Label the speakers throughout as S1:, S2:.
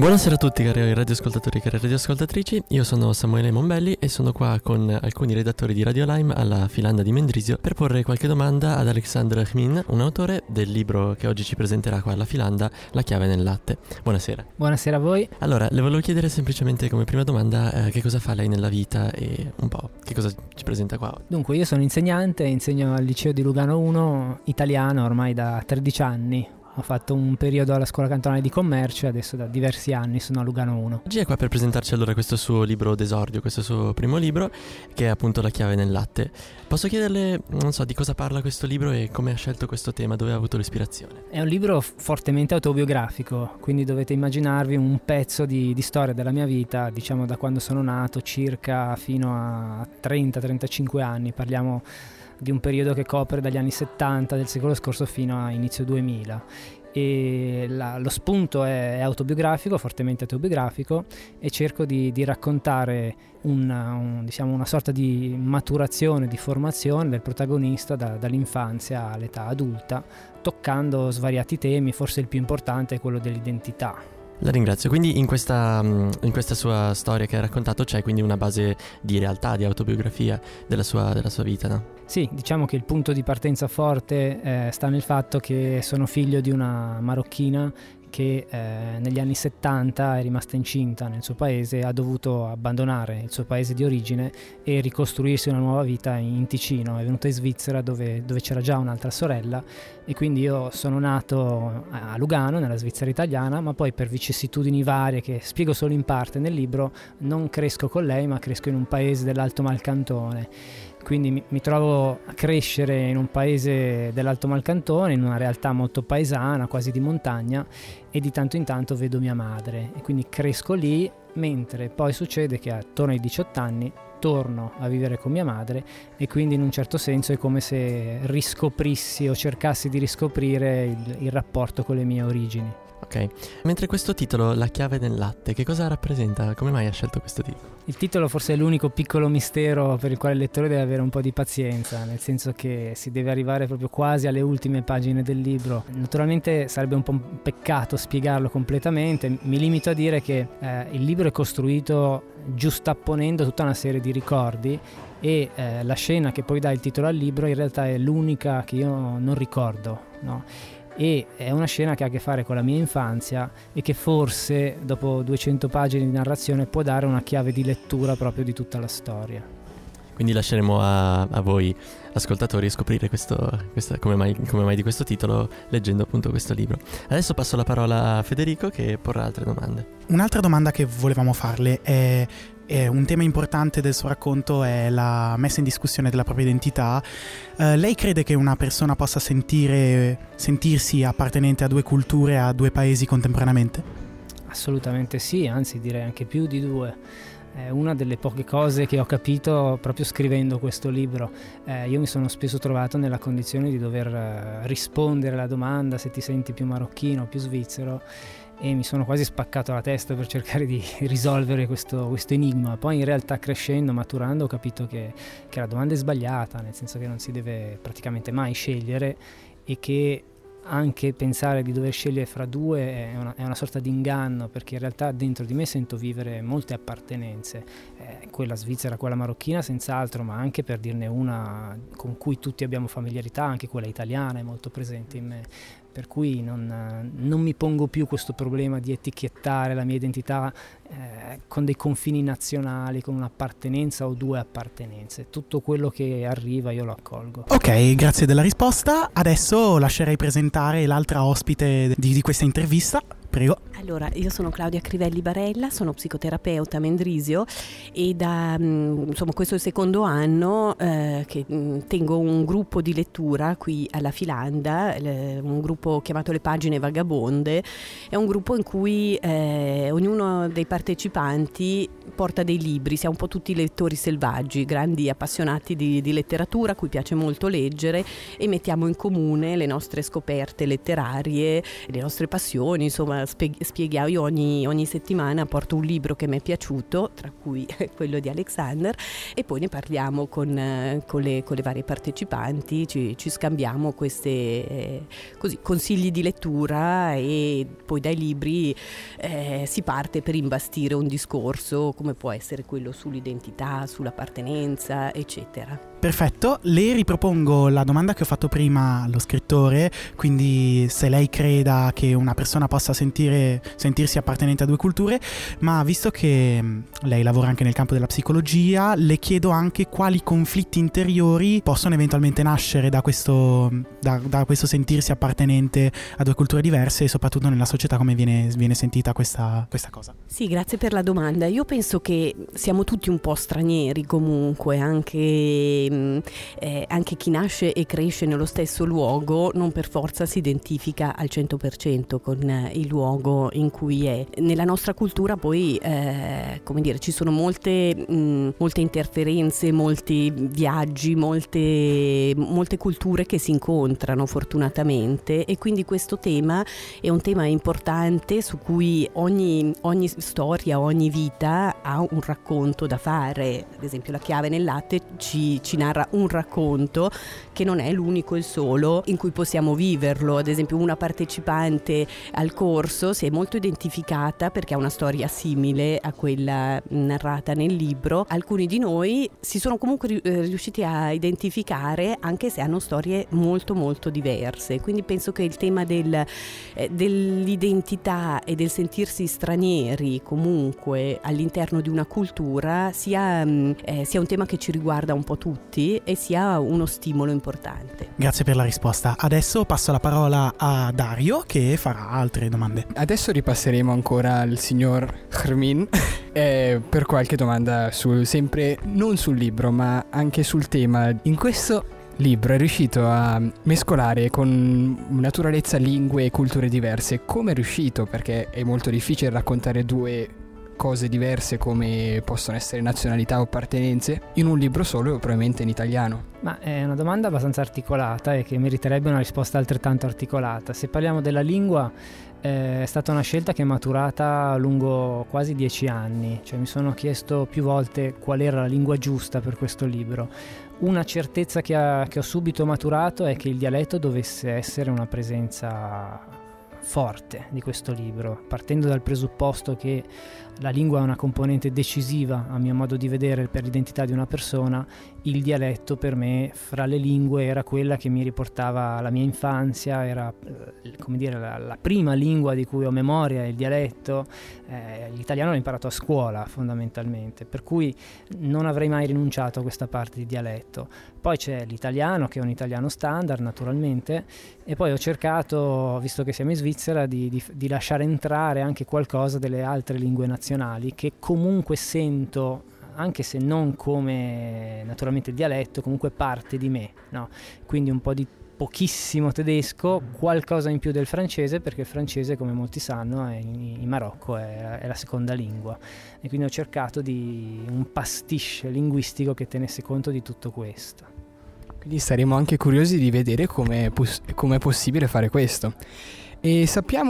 S1: Buonasera a tutti cari radioascoltatori e cari radioascoltatrici, io sono Samuele Mombelli e sono qua con alcuni redattori di Radio Lime alla Filanda di Mendrisio per porre qualche domanda ad Alexandre Khmin, un autore del libro che oggi ci presenterà qua alla Filanda, La chiave nel latte. Buonasera.
S2: Buonasera a voi.
S1: Allora, le volevo chiedere semplicemente come prima domanda che cosa fa lei nella vita e un po' che cosa ci presenta qua oggi.
S2: Dunque, io sono insegnante, insegno al liceo di Lugano 1, italiano ormai da 13 anni. Ho fatto un periodo alla scuola cantonale di commercio e adesso da diversi anni sono a Lugano 1.
S1: Oggi è qua per presentarci allora questo suo libro d'esordio, questo suo primo libro, che è appunto La chiave nel latte. Posso chiederle, non so, di cosa parla questo libro e come ha scelto questo tema, dove ha avuto l'ispirazione?
S2: È un libro fortemente autobiografico, quindi dovete immaginarvi un pezzo di storia della mia vita, diciamo da quando sono nato circa fino a 30-35 anni. Parliamo di un periodo che copre dagli anni 70 del secolo scorso fino a inizio 2000 e lo spunto è autobiografico, fortemente autobiografico, e cerco di raccontare una sorta di maturazione, di formazione del protagonista dall'infanzia all'età adulta, toccando svariati temi. Forse il più importante è quello dell'identità.
S1: La ringrazio. Quindi in questa sua storia che ha raccontato c'è quindi una base di realtà, di autobiografia della sua vita, no?
S2: Sì, diciamo che il punto di partenza forte sta nel fatto che sono figlio di una marocchina che negli anni 70 è rimasta incinta nel suo paese, ha dovuto abbandonare il suo paese di origine e ricostruirsi una nuova vita in Ticino. È venuta in Svizzera dove c'era già un'altra sorella, e quindi io sono nato a Lugano, nella Svizzera italiana, ma poi per vicissitudini varie che spiego solo in parte nel libro non cresco con lei, ma cresco in un paese dell'Alto Malcantone. Quindi mi trovo a crescere in un paese dell'Alto Malcantone, in una realtà molto paesana, quasi di montagna, e di tanto in tanto vedo mia madre e quindi cresco lì, mentre poi succede che attorno ai 18 anni torno a vivere con mia madre e quindi in un certo senso è come se riscoprissi o cercassi di riscoprire il rapporto con le mie origini.
S1: Ok, mentre questo titolo, La chiave nel latte, che cosa rappresenta? Come mai ha scelto questo titolo?
S2: Il titolo forse è l'unico piccolo mistero per il quale il lettore deve avere un po' di pazienza, nel senso che si deve arrivare proprio quasi alle ultime pagine del libro. Naturalmente sarebbe un po' un peccato spiegarlo completamente, mi limito a dire che il libro è costruito giustapponendo tutta una serie di ricordi e la scena che poi dà il titolo al libro in realtà è l'unica che io non ricordo, no? E è una scena che ha a che fare con la mia infanzia e che forse dopo 200 pagine di narrazione può dare una chiave di lettura proprio di tutta la storia.
S1: Quindi lasceremo a voi ascoltatori scoprire come mai di questo titolo leggendo appunto questo libro. Adesso passo la parola a Federico che porrà altre domande.
S3: Un'altra domanda che volevamo farle è un tema importante del suo racconto è la messa in discussione della propria identità. Lei crede che una persona possa sentirsi appartenente a due culture, a due paesi contemporaneamente?
S2: Assolutamente sì, anzi direi anche più di due. È una delle poche cose che ho capito proprio scrivendo questo libro. Io mi sono spesso trovato nella condizione di dover rispondere alla domanda se ti senti più marocchino o più svizzero, e mi sono quasi spaccato la testa per cercare di risolvere questo enigma. Poi in realtà crescendo, maturando, ho capito che la domanda è sbagliata, nel senso che non si deve praticamente mai scegliere e che anche pensare di dover scegliere fra due è una sorta di inganno, perché in realtà dentro di me sento vivere molte appartenenze, quella svizzera, quella marocchina senz'altro, ma anche, per dirne una con cui tutti abbiamo familiarità, anche quella italiana è molto presente in me, per cui non mi pongo più questo problema di etichettare la mia identità con dei confini nazionali, con un'appartenenza o due appartenenze. Tutto quello che arriva io lo accolgo.
S3: Ok, grazie della risposta. Adesso lascerei presentare l'altra ospite di questa intervista. Prego.
S4: Allora, io sono Claudia Crivelli Barella, sono psicoterapeuta a Mendrisio e questo è il secondo anno che tengo un gruppo di lettura qui alla Filanda, un gruppo chiamato Le Pagine Vagabonde. È un gruppo in cui ognuno dei partecipanti porta dei libri, siamo un po' tutti lettori selvaggi, grandi appassionati di letteratura, a cui piace molto leggere, e mettiamo in comune le nostre scoperte letterarie, le nostre passioni, insomma spieghiamo, io ogni settimana porto un libro che mi è piaciuto, tra cui quello di Alexander, e poi ne parliamo con le varie partecipanti, ci scambiamo queste così, consigli di lettura, e poi dai libri si parte per imbastire un discorso come può essere quello sull'identità, sull'appartenenza, eccetera.
S3: Perfetto, le ripropongo la domanda che ho fatto prima allo scrittore, quindi se lei creda che una persona possa sentirsi appartenente a due culture, ma visto che lei lavora anche nel campo della psicologia, le chiedo anche quali conflitti interiori possono eventualmente nascere da questo sentirsi appartenente a due culture diverse, e soprattutto nella società come viene sentita questa cosa.
S4: Sì, grazie per la domanda. Io penso che siamo tutti un po' stranieri comunque, anche chi nasce e cresce nello stesso luogo non per forza si identifica al 100% con il luogo in cui è. Nella nostra cultura poi ci sono molte interferenze, molti viaggi, molte culture che si incontrano fortunatamente, e quindi questo tema è un tema importante su cui ogni storia, ogni vita ha un racconto da fare. Ad esempio La chiave nel latte ci narra un racconto che non è l'unico e il solo in cui possiamo viverlo. Ad esempio una partecipante al corso si è molto identificata perché ha una storia simile a quella narrata nel libro. Alcuni di noi si sono comunque riusciti a identificare, anche se hanno storie molto molto diverse. Quindi penso che il tema dell'identità e del sentirsi stranieri comunque all'interno di una cultura sia un tema che ci riguarda un po' tutti e sia uno stimolo importante.
S3: Grazie per la risposta. Adesso passo la parola a Dario, che farà altre domande.
S5: Adesso ripasseremo ancora al signor Hrmin per qualche domanda sempre non sul libro ma anche sul tema. In questo libro è riuscito a mescolare con naturalezza lingue e culture diverse. Come è riuscito? Perché è molto difficile raccontare due cose diverse come possono essere nazionalità o appartenenze in un libro solo, e probabilmente in italiano.
S2: Ma è una domanda abbastanza articolata e che meriterebbe una risposta altrettanto articolata. Se parliamo della lingua, è stata una scelta che è maturata lungo quasi 10 anni, cioè mi sono chiesto più volte qual era la lingua giusta per questo libro. Una certezza che ho subito maturato è che il dialetto dovesse essere una presenza forte di questo libro, partendo dal presupposto che la lingua è una componente decisiva, a mio modo di vedere, per l'identità di una persona. Il dialetto per me fra le lingue era quella che mi riportava alla mia infanzia, era la prima lingua di cui ho memoria, il dialetto. L'italiano l'ho imparato a scuola fondamentalmente, per cui non avrei mai rinunciato a questa parte di dialetto. Poi c'è l'italiano, che è un italiano standard naturalmente, e poi ho cercato, visto che siamo in Svizzera, di lasciare entrare anche qualcosa delle altre lingue nazionali che comunque sento, anche se non come naturalmente il dialetto, comunque parte di me, no? Quindi un po' di pochissimo tedesco, qualcosa in più del francese, perché il francese, come molti sanno, in Marocco è la seconda lingua, e quindi ho cercato di un pastiche linguistico che tenesse conto di tutto questo.
S5: Quindi saremo anche curiosi di vedere come è possibile fare questo. E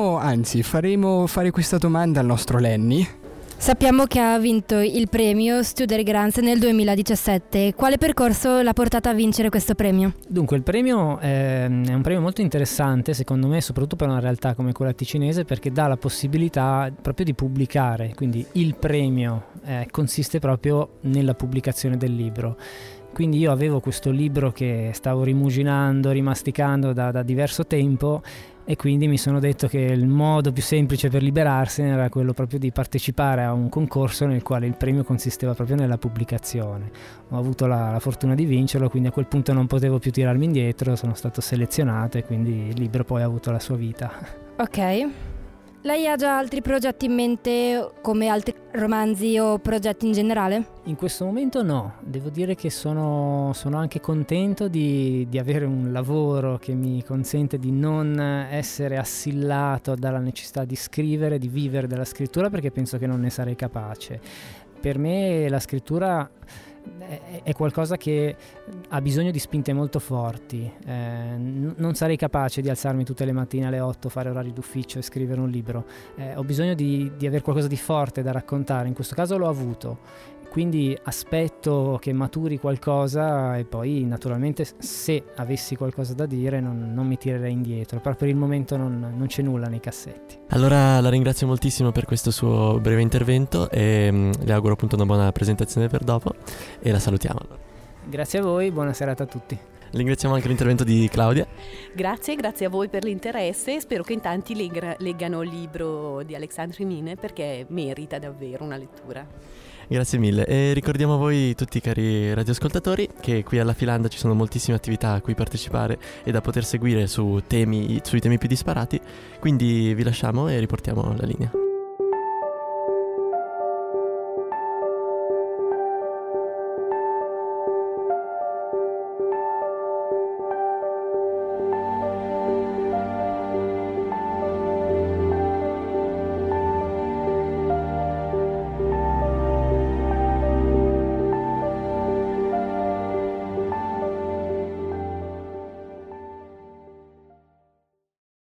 S5: faremo fare questa domanda al nostro Lenny.
S6: Sappiamo che ha vinto il premio Studerkrans nel 2017. Quale percorso l'ha portato a vincere questo premio?
S2: Dunque, il premio è un premio molto interessante, secondo me, soprattutto per una realtà come quella ticinese, perché dà la possibilità proprio di pubblicare. Quindi il premio consiste proprio nella pubblicazione del libro. Quindi io avevo questo libro che stavo rimuginando, rimasticando da diverso tempo, e quindi mi sono detto che il modo più semplice per liberarsene era quello proprio di partecipare a un concorso nel quale il premio consisteva proprio nella pubblicazione. Ho avuto la fortuna di vincerlo, quindi a quel punto non potevo più tirarmi indietro, sono stato selezionato e quindi il libro poi ha avuto la sua vita.
S6: Ok. Lei ha già altri progetti in mente, come altri romanzi o progetti in generale?
S2: In questo momento no, devo dire che sono anche contento di avere un lavoro che mi consente di non essere assillato dalla necessità di scrivere, di vivere della scrittura, perché penso che non ne sarei capace. Per me la scrittura è qualcosa che ha bisogno di spinte molto forti. Non sarei capace di alzarmi tutte le mattine alle 8, fare orari d'ufficio e scrivere un libro. Ho bisogno di avere qualcosa di forte da raccontare. In questo caso l'ho avuto, quindi aspetto che maturi qualcosa e poi naturalmente se avessi qualcosa da dire non mi tirerei indietro, però per il momento non c'è nulla nei cassetti.
S1: Allora la ringrazio moltissimo per questo suo breve intervento e le auguro appunto una buona presentazione per dopo e la salutiamo.
S2: Grazie a voi, buona serata a tutti.
S1: Ringraziamo anche l'intervento di Claudia.
S4: Grazie a voi per l'interesse. Spero che in tanti leggano il libro di Alexandre Khmin, perché merita davvero una lettura.
S1: Grazie mille e ricordiamo a voi tutti cari radioascoltatori che qui alla Filanda ci sono moltissime attività a cui partecipare e da poter seguire sui temi più disparati, quindi vi lasciamo e riportiamo la linea.